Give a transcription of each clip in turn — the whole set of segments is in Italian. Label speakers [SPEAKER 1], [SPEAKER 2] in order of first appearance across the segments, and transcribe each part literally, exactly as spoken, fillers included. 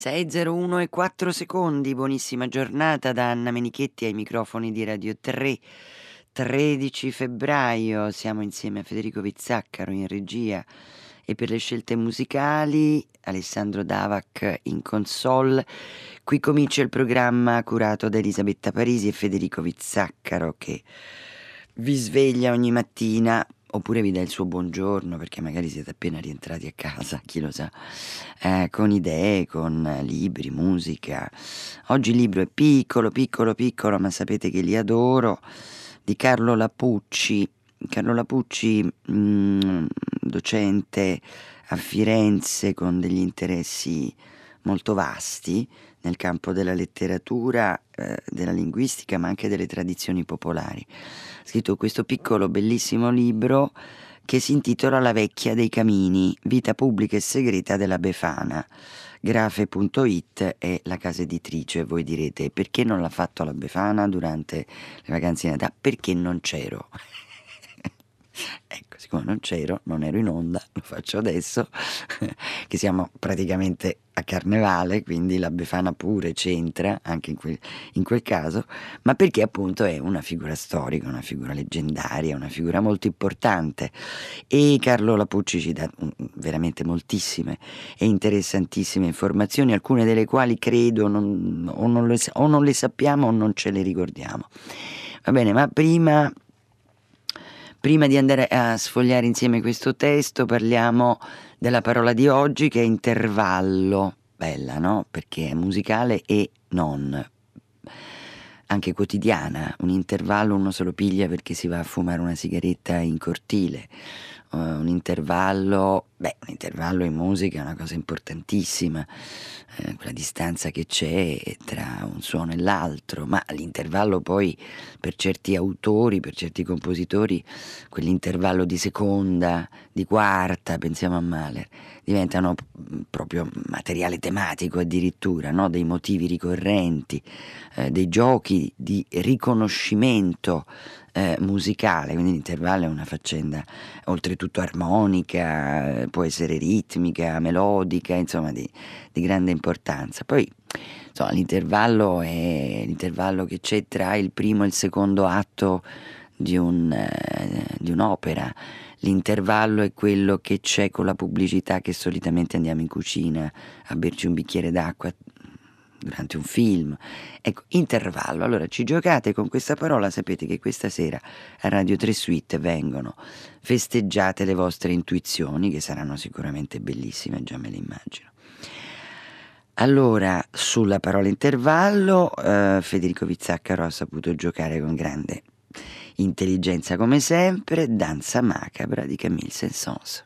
[SPEAKER 1] sei e zero uno e quattro secondi, buonissima giornata da Anna Menichetti ai microfoni di Radio tre. tredici febbraio, siamo insieme a Federico Vizzaccaro in regia e per le scelte musicali Alessandro Davac in console. Qui comincia il programma curato da Elisabetta Parisi e Federico Vizzaccaro, che vi sveglia ogni mattina, oppure vi dà il suo buongiorno perché magari siete appena rientrati a casa, chi lo sa, eh, con idee, con libri, musica. Oggi il libro è piccolo, piccolo, piccolo, ma sapete che li adoro, di Carlo Lapucci. Carlo Lapucci, mh, docente a Firenze con degli interessi molto vasti nel campo della letteratura, eh, della linguistica, ma anche delle tradizioni popolari. Ha scritto questo piccolo bellissimo libro che si intitola La vecchia dei camini, vita pubblica e segreta della Befana. Grafe punto it è la casa editrice. Voi direte: perché non l'ha fatto la Befana durante le vacanze di Natale? Perché non c'ero. Ecco, siccome non c'ero, non ero in onda, lo faccio adesso, che siamo praticamente a Carnevale, quindi la Befana pure c'entra, anche in quel, in quel caso, ma perché appunto è una figura storica, una figura leggendaria, una figura molto importante. E Carlo Lapucci ci dà veramente moltissime e interessantissime informazioni, alcune delle quali credo non, o, non le, o non le sappiamo o non ce le ricordiamo. Va bene, ma prima... Prima di andare a sfogliare insieme questo testo, parliamo della parola di oggi, che è intervallo. Bella, no? Perché è musicale e non. Anche quotidiana. Un intervallo uno se lo piglia perché si va a fumare una sigaretta in cortile. Uh, un intervallo, beh, un intervallo in musica è una cosa importantissima, eh, quella distanza che c'è tra un suono e l'altro, ma l'intervallo poi per certi autori, per certi compositori, quell'intervallo di seconda, di quarta, pensiamo a Mahler, diventano proprio materiale tematico addirittura, no? Dei motivi ricorrenti, eh, dei giochi di riconoscimento Eh, musicale, quindi l'intervallo è una faccenda oltretutto armonica, può essere ritmica, melodica, insomma di, di grande importanza. Poi insomma, l'intervallo è l'intervallo che c'è tra il primo e il secondo atto di, un, eh, di un'opera. L'intervallo è quello che c'è con la pubblicità che solitamente andiamo in cucina a berci un bicchiere d'acqua durante un film. Ecco, intervallo. Allora ci giocate con questa parola, sapete che questa sera a Radio tre Suite vengono festeggiate le vostre intuizioni, che saranno sicuramente bellissime, già me le immagino. Allora, sulla parola intervallo, eh, Federico Vizzaccaro ha saputo giocare con grande intelligenza come sempre. Danza macabra di Camille Saint-Saëns.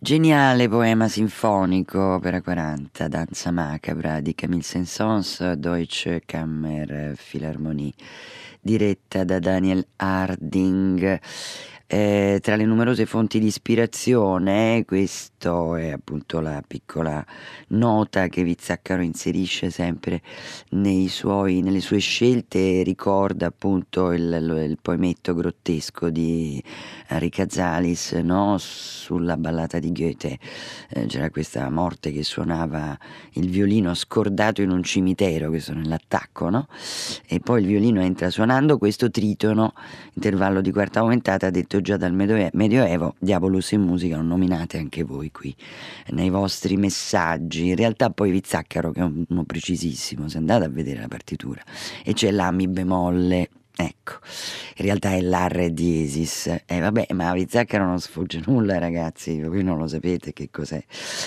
[SPEAKER 1] Geniale poema sinfonico, opera quaranta, Danza macabra di Camille Saint-Saëns, Deutsche Kammerphilharmonie, diretta da Daniel Harding. Eh, tra le numerose fonti di ispirazione, questo è appunto la piccola nota che Vizzaccaro inserisce sempre nei suoi, nelle sue scelte, ricorda appunto il, il poemetto grottesco di Henri Cazalis, no? Sulla ballata di Goethe. Eh, c'era questa morte che suonava il violino scordato in un cimitero, questo nell'attacco, no? E poi il violino entra suonando questo tritono, intervallo di quarta aumentata, detto già dal Medoe- Medioevo, Diabolus in musica, lo nominate anche voi qui nei vostri messaggi. In realtà poi Vizzaccaro, che è uno precisissimo, se andate a vedere la partitura, e c'è la mi bemolle, ecco, in realtà è la re diesis, e eh, vabbè, ma a Vizzaccaro non sfugge nulla, ragazzi, voi non lo sapete che cos'è.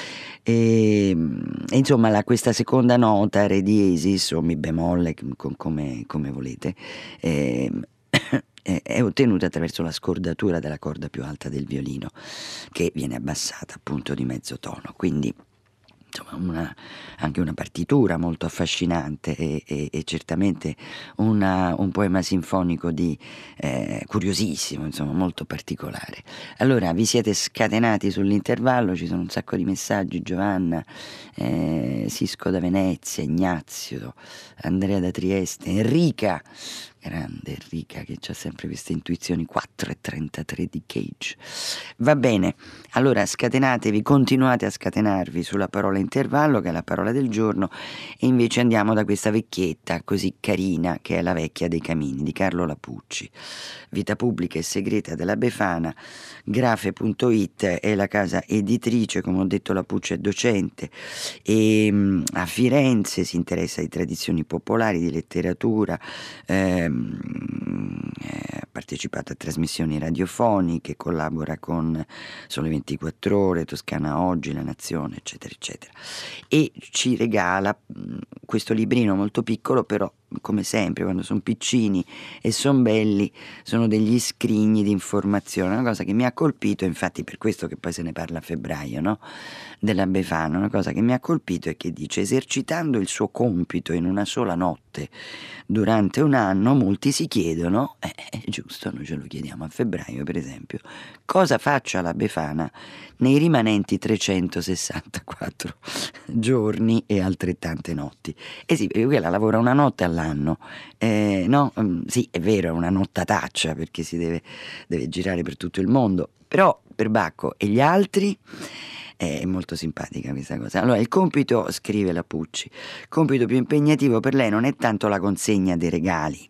[SPEAKER 1] E, e insomma la, questa seconda nota, re diesis o mi bemolle, com, come, come volete, eh, è ottenuta attraverso la scordatura della corda più alta del violino, che viene abbassata appunto di mezzo tono. Quindi insomma una, anche una partitura molto affascinante e, e, e certamente una, un poema sinfonico di eh, curiosissimo, insomma molto particolare. Allora vi siete scatenati sull'intervallo, ci sono un sacco di messaggi: Giovanna, eh, Sisco da Venezia, Ignazio, Andrea da Trieste, Enrica, grande Enrica che ha sempre queste intuizioni, quattro e trentatré di Cage. Va bene, allora scatenatevi, continuate a scatenarvi sulla parola intervallo, che è la parola del giorno, e invece andiamo da questa vecchietta così carina che è La vecchia dei camini di Carlo Lapucci. Vita pubblica e segreta della Befana, grafe punto it è la casa editrice. Come ho detto, Lapucci è docente e mh, a Firenze si interessa di tradizioni popolari, di letteratura, ehm, ha partecipato a trasmissioni radiofoniche, collabora con Sole ventiquattro Ore, Toscana Oggi, La Nazione, eccetera, eccetera. E ci regala mh, questo librino molto piccolo, però come sempre quando sono piccini e sono belli sono degli scrigni di informazione, una cosa che mi ha colpito, infatti per questo che poi se ne parla a febbraio, no? Della Befana. Una cosa che mi ha colpito è che dice: esercitando il suo compito in una sola notte durante un anno, molti si chiedono, eh, è giusto, noi ce lo chiediamo a febbraio per esempio, cosa faccia la Befana nei rimanenti trecentosessantaquattro giorni e altrettante notti. E sì, perché quella lavora una notte all'anno, eh, no? Mm, sì, è vero, è una nottataccia perché si deve, deve girare per tutto il mondo, però per Bacco e gli altri è molto simpatica questa cosa. Allora, il compito, scrive Lapucci, il compito più impegnativo per lei non è tanto la consegna dei regali,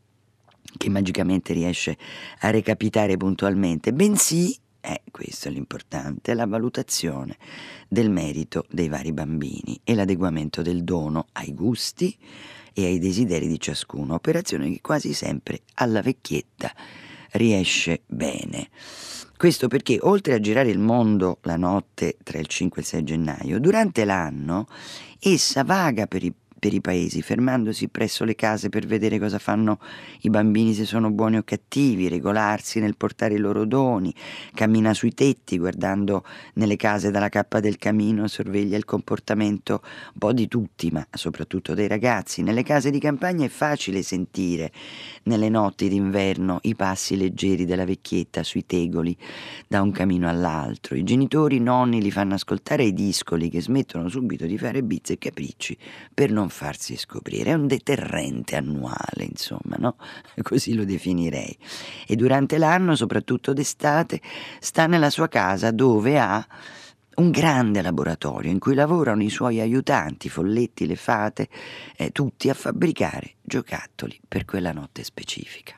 [SPEAKER 1] che magicamente riesce a recapitare puntualmente, bensì, eh, questo è l'importante, la valutazione del merito dei vari bambini e l'adeguamento del dono ai gusti e ai desideri di ciascuno, operazione che quasi sempre alla vecchietta riesce bene. Questo perché, oltre a girare il mondo la notte tra il cinque e il sei gennaio, durante l'anno essa vaga per i per i paesi, fermandosi presso le case per vedere cosa fanno i bambini, se sono buoni o cattivi, regolarsi nel portare i loro doni, cammina sui tetti guardando nelle case dalla cappa del camino, sorveglia il comportamento un po' di tutti, ma soprattutto dei ragazzi. Nelle case di campagna è facile sentire nelle notti d'inverno i passi leggeri della vecchietta sui tegoli da un camino all'altro. I genitori, i nonni li fanno ascoltare i discoli, che smettono subito di fare bizze e capricci per non farsi scoprire. È un deterrente annuale, insomma, no? Così lo definirei. E durante l'anno, soprattutto d'estate, sta nella sua casa, dove ha un grande laboratorio in cui lavorano i suoi aiutanti, Folletti, le fate, eh, tutti a fabbricare giocattoli per quella notte specifica.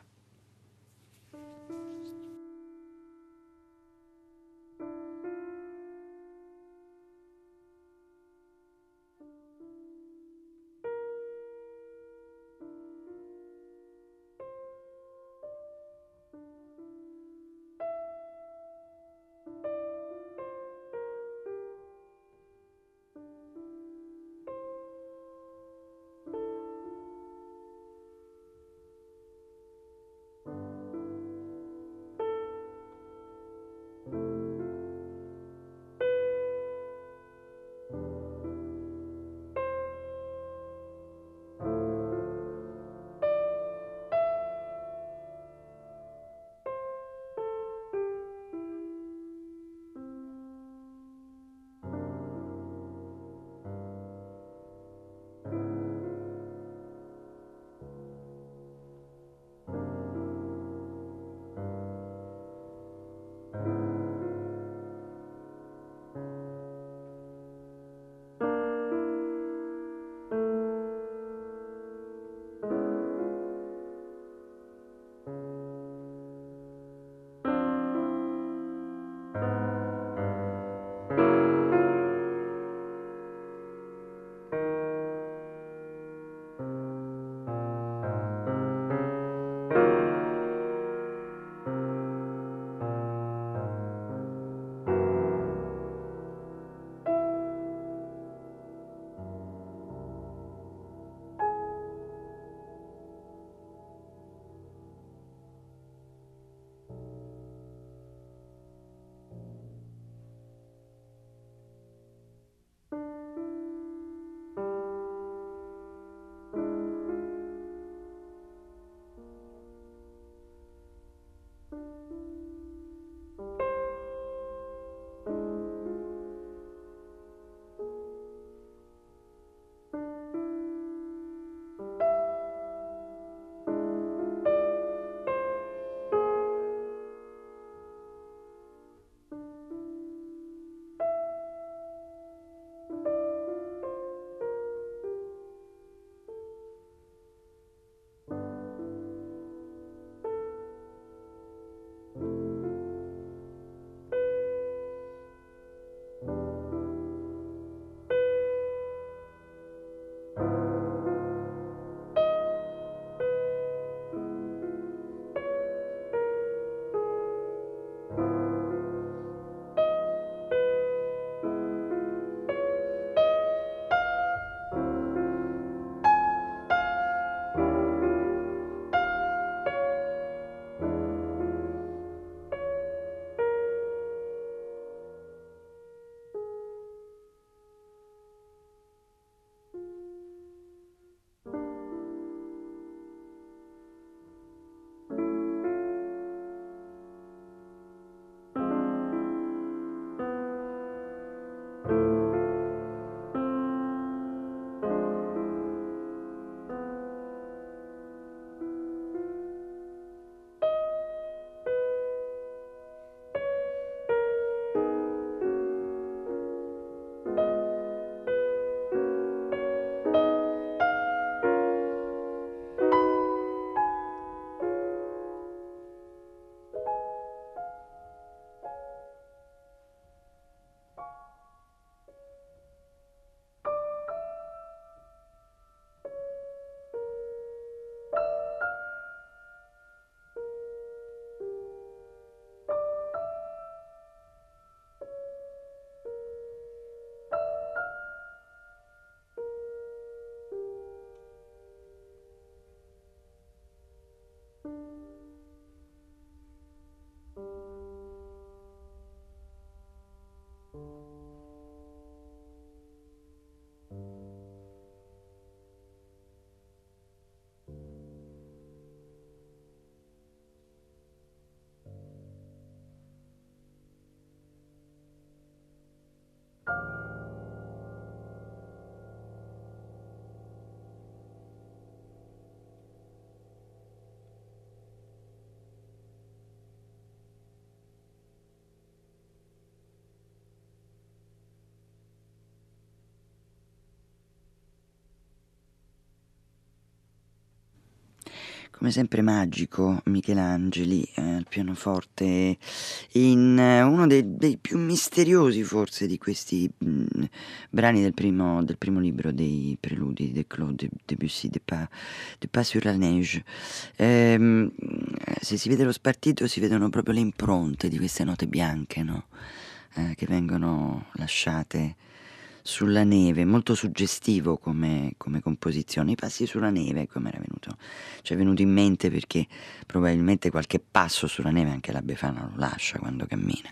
[SPEAKER 1] come sempre magico, Michelangeli eh, al pianoforte, in eh, uno dei, dei più misteriosi forse di questi mh, brani del primo, del primo libro dei Preludi di Claude Debussy, de Pas, de Pas sur la neige. Ehm, se si vede lo spartito si vedono proprio le impronte di queste note bianche, no? Eh, che vengono lasciate sulla neve, molto suggestivo come, come composizione. I passi sulla neve, come era venuto, ci è venuto in mente perché probabilmente qualche passo sulla neve anche la Befana lo lascia quando cammina.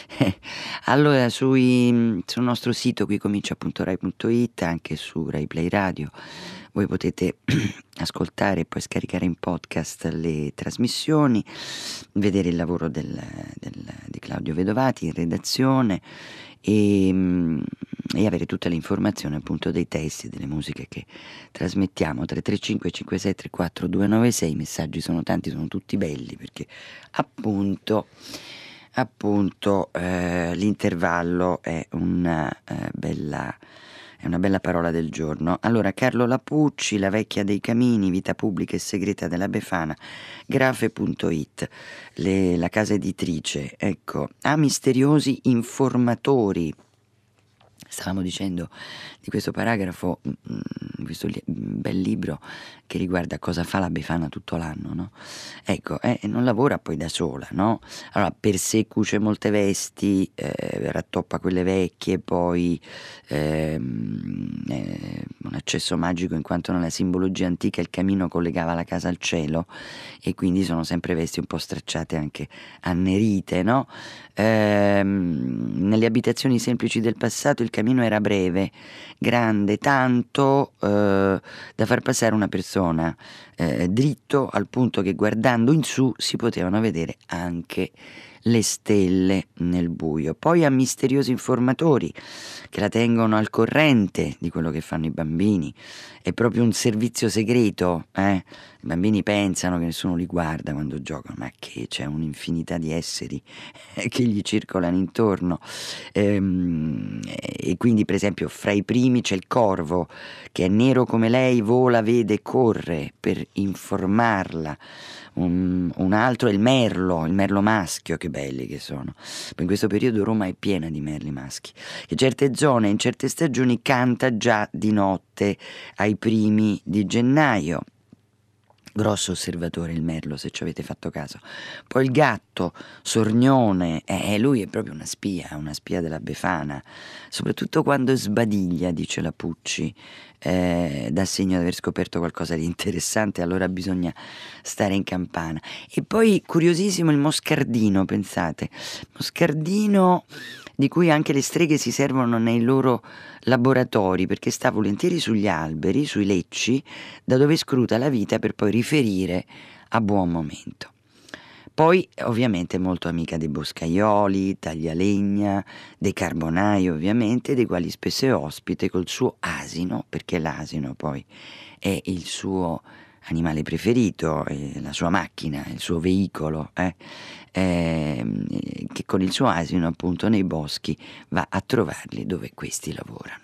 [SPEAKER 1] Allora sui, sul nostro sito qui comincia appunto rai punto it, anche su Rai Play Radio voi potete ascoltare e poi scaricare in podcast le trasmissioni, vedere il lavoro del, del, di Claudio Vedovati in redazione e, e avere tutte le informazioni appunto dei testi, delle musiche che trasmettiamo. Tre tre cinque cinque sei tre quattro due nove sei, i messaggi sono tanti, sono tutti belli perché appunto appunto eh, l'intervallo è una eh, bella è una bella parola del giorno. Allora, Carlo Lapucci, La vecchia dei camini, vita pubblica e segreta della Befana, grafe punto it, le, la casa editrice, ecco, a misteriosi informatori. Stavamo dicendo di questo paragrafo, mh, questo li- bel libro che riguarda cosa fa la Befana tutto l'anno, no? Ecco, eh, non lavora poi da sola, no? Allora, per sé cuce molte vesti, eh, rattoppa quelle vecchie, poi ehm, eh, un accesso magico in quanto nella simbologia antica il camino collegava la casa al cielo e quindi sono sempre vesti un po' stracciate, anche annerite, no? Ehm, nelle abitazioni semplici del passato il camino era breve, grande, tanto eh, da far passare una persona eh, dritto, al punto che guardando in su si potevano vedere anche le stelle nel buio. Poi a misteriosi informatori che la tengono al corrente di quello che fanno i bambini. È proprio un servizio segreto, eh? I bambini pensano che nessuno li guarda quando giocano, ma che c'è un'infinità di esseri che gli circolano intorno. Ehm, e quindi per esempio fra i primi c'è il corvo che è nero come lei, vola, vede, corre per informarla. Un, un altro è il merlo, il merlo maschio, che belli che sono. Poi in questo periodo Roma è piena di merli maschi, che certe zone in certe stagioni canta già di notte ai primi di gennaio. Grosso osservatore il merlo, se ci avete fatto caso. Poi il gatto, sornione, eh, lui è proprio una spia, una spia della Befana, soprattutto quando sbadiglia, dice la Pucci, eh, dà segno di aver scoperto qualcosa di interessante, allora bisogna stare in campana. E poi curiosissimo il moscardino, pensate, moscardino di cui anche le streghe si servono nei loro laboratori, perché sta volentieri sugli alberi, sui lecci, da dove scruta la vita per poi riferire a buon momento. Poi ovviamente molto amica dei boscaioli, taglialegna, dei carbonai ovviamente, dei quali spesso è ospite col suo asino, perché l'asino poi è il suo animale preferito, eh, la sua macchina, il suo veicolo, eh, eh, che con il suo asino appunto nei boschi va a trovarli dove questi lavorano.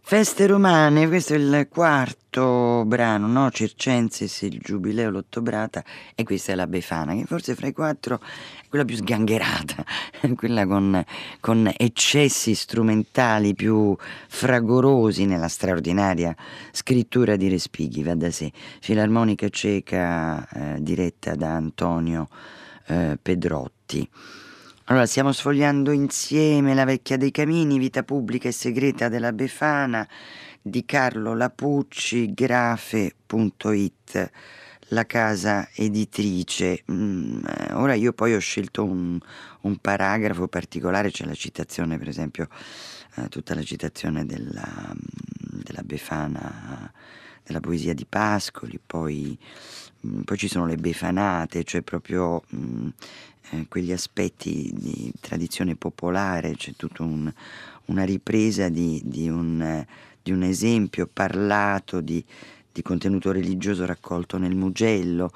[SPEAKER 1] Feste romane, questo è il quarto brano, no, Circenses, il Giubileo, l'Ottobrata, e questa è la Befana, che forse fra i quattro è quella più sgangherata, quella con, con eccessi strumentali più fragorosi nella straordinaria scrittura di Respighi, va da sé. Filarmonica ceca eh, diretta da Antonio eh, Pedrotti. Allora, stiamo sfogliando insieme La vecchia dei camini, vita pubblica e segreta della Befana di Carlo Lapucci, grafe punto it, la casa editrice. Mm, eh, ora io poi ho scelto un, un paragrafo particolare, c'è la citazione, per esempio, eh, tutta la citazione della, mm, della Befana, della poesia di Pascoli, poi, mm, poi ci sono le befanate, cioè proprio mm, eh, quegli aspetti di tradizione popolare, c'è tutta un, una ripresa di, di, un, eh, di un esempio parlato di, di contenuto religioso raccolto nel Mugello,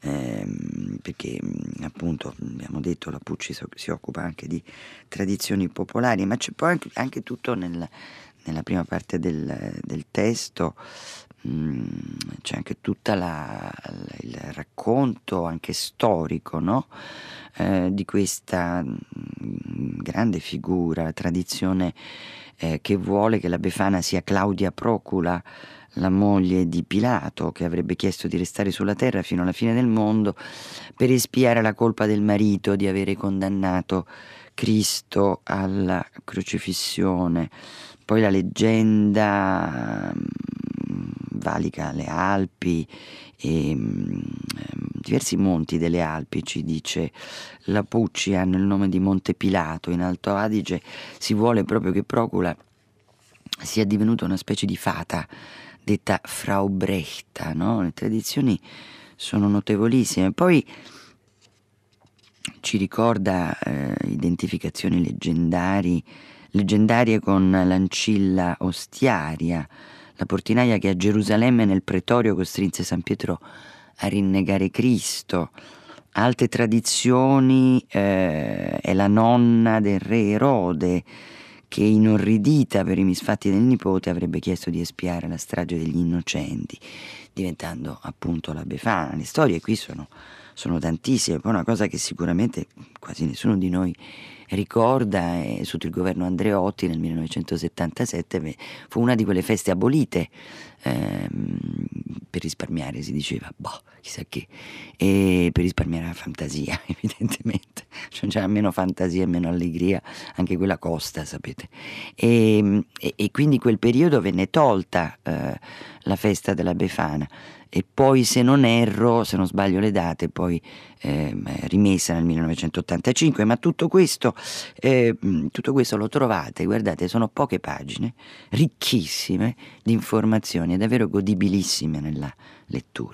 [SPEAKER 1] ehm, perché mh, appunto abbiamo detto la Pucci so, si occupa anche di tradizioni popolari, ma c'è poi anche, anche tutto nel, nella prima parte del, del testo. mh, C'è anche tutto il racconto anche storico, no? Eh, di questa mh, grande figura, tradizione eh, che vuole che la Befana sia Claudia Procula, la moglie di Pilato, che avrebbe chiesto di restare sulla terra fino alla fine del mondo per espiare la colpa del marito di avere condannato Cristo alla crocifissione. Poi la leggenda mm, valica le Alpi e mm, diversi monti delle Alpi, ci dice la Pucci, hanno il nome di Monte Pilato. In Alto Adige si vuole proprio che Procula sia divenuta una specie di fata detta Frau Brechta, no? Le tradizioni sono notevolissime. Poi ci ricorda eh, identificazioni leggendari, leggendarie con l'ancilla ostiaria, la portinaia che a Gerusalemme nel pretorio costrinse San Pietro a rinnegare Cristo. Altre tradizioni eh, è la nonna del re Erode, che inorridita per i misfatti del nipote avrebbe chiesto di espiare la strage degli innocenti, diventando appunto la Befana. Le storie qui sono, sono tantissime, poi una cosa che sicuramente quasi nessuno di noi ricorda è sotto il governo Andreotti nel millenovecentosettantasette fu una di quelle feste abolite, ehm, per risparmiare, si diceva, boh, chissà che, e per risparmiare la fantasia, evidentemente, cioè c'era meno fantasia e meno allegria, anche quella costa, sapete. E, e, e quindi quel periodo venne tolta eh, la festa della Befana e poi, se non erro, se non sbaglio le date, poi eh, rimessa nel millenovecentottantacinque, ma tutto questo, eh, tutto questo lo trovate, guardate, sono poche pagine, ricchissime di informazioni, davvero godibilissime nella lettura.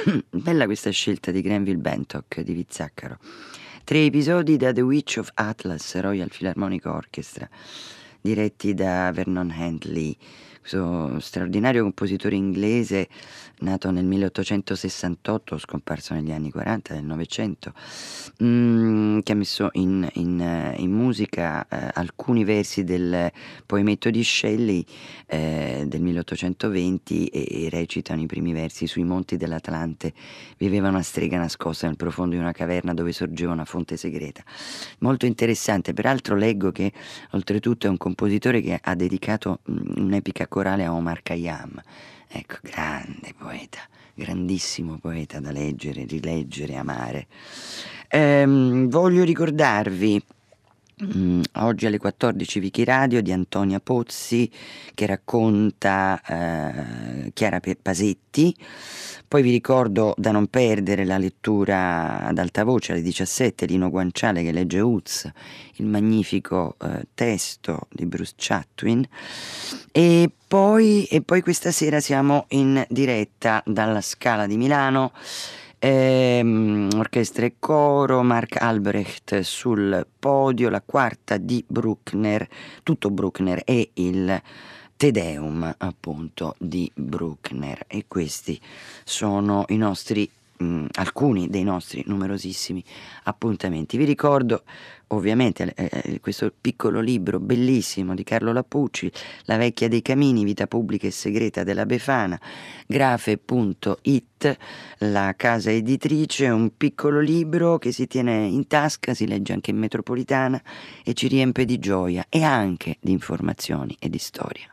[SPEAKER 1] Bella questa scelta di Granville Bantock di Vizzaccaro. Tre episodi da The Witch of Atlas, Royal Philharmonic Orchestra, diretti da Vernon Handley, questo straordinario compositore inglese nato nel milleottocentosessantotto, scomparso negli anni quaranta del Novecento, mm, che ha messo in, in, in musica eh, alcuni versi del poemetto di Shelley eh, del milleottocentoventi e, e recitano i primi versi: sui monti dell'Atlante viveva una strega nascosta nel profondo di una caverna dove sorgeva una fonte segreta. Molto interessante. Peraltro leggo che oltretutto è un compositore che ha dedicato mm, un'epica corale a Omar Khayyam. Ecco, grande poeta, grandissimo poeta da leggere, rileggere, amare. Ehm, voglio ricordarvi mm, oggi alle quattordici Wiki Radio di Antonia Pozzi, che racconta eh, Chiara Pe- Pasetti. Poi vi ricordo da non perdere la lettura ad alta voce alle diciassette, Lino Guanciale che legge Uts, il magnifico eh, testo di Bruce Chatwin. E poi, e poi questa sera siamo in diretta dalla Scala di Milano, ehm, orchestra e coro, Mark Albrecht sul podio, la quarta di Bruckner, tutto Bruckner e il Te Deum appunto di Bruckner. E questi sono i nostri mh, alcuni dei nostri numerosissimi appuntamenti. Vi ricordo ovviamente eh, questo piccolo libro bellissimo di Carlo Lapucci, La vecchia dei camini, vita pubblica e segreta della Befana, grafe punto it, la casa editrice. Un piccolo libro che si tiene in tasca, si legge anche in metropolitana e ci riempie di gioia e anche di informazioni e di storia.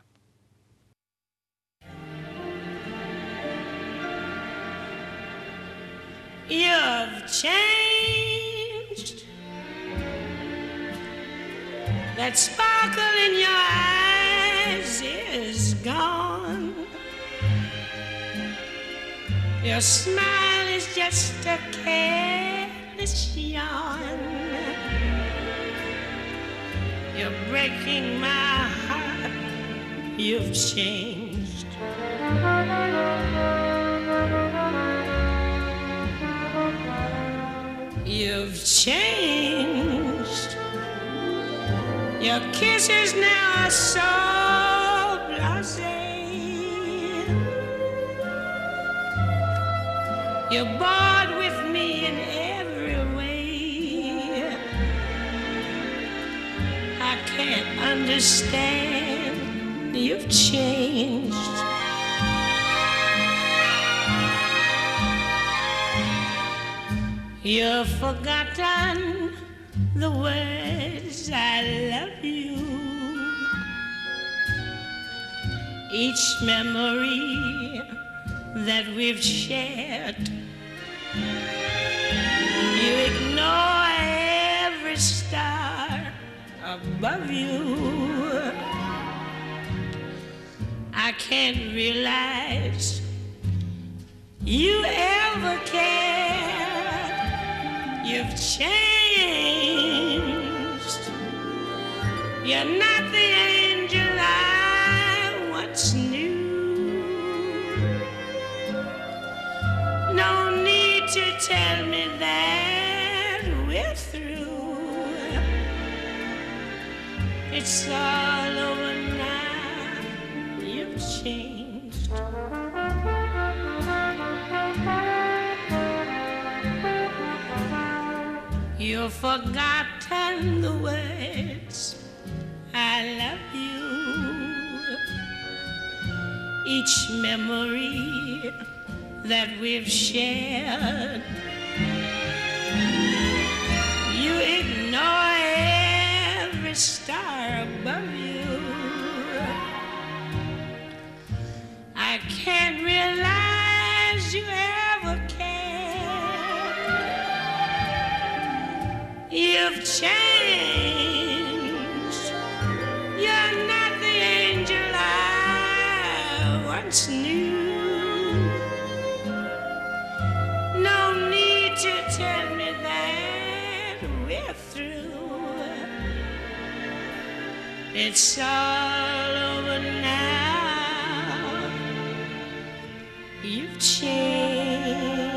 [SPEAKER 2] You've changed. That sparkle in your eyes is gone. Your smile is just a careless yawn. You're breaking my heart. You've changed. You've changed. Your kisses now are so blasé. You're bored with me in every way. I can't understand. You've changed. You've forgotten the words I love you. Each memory that we've shared. You ignore every star above you. I can't realize you ever cared. You've changed. You're not the angel I once knew. No need to tell me that we're through. It's all over now. You've changed. You've forgotten the words I love you. Each memory that we've shared. You ignore every star above you. I can't realize you ever cared. You've changed. You're not the angel I once knew. No need to tell me that we're through. It's all over now. You've changed.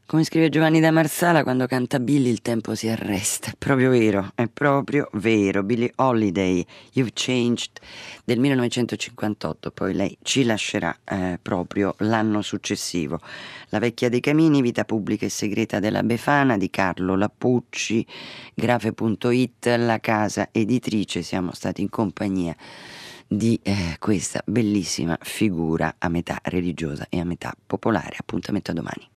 [SPEAKER 1] Come scrive Giovanni da Marsala quando canta Billy, il tempo si arresta. È proprio vero, è proprio vero. Billie Holiday, You've Changed, del millenovecentocinquantotto, poi lei ci lascerà eh, proprio l'anno successivo. La vecchia dei camini, vita pubblica e segreta della Befana, di Carlo Lapucci, grafe punto it, la casa editrice. Siamo stati in compagnia di eh, questa bellissima figura a metà religiosa e a metà popolare. Appuntamento a domani.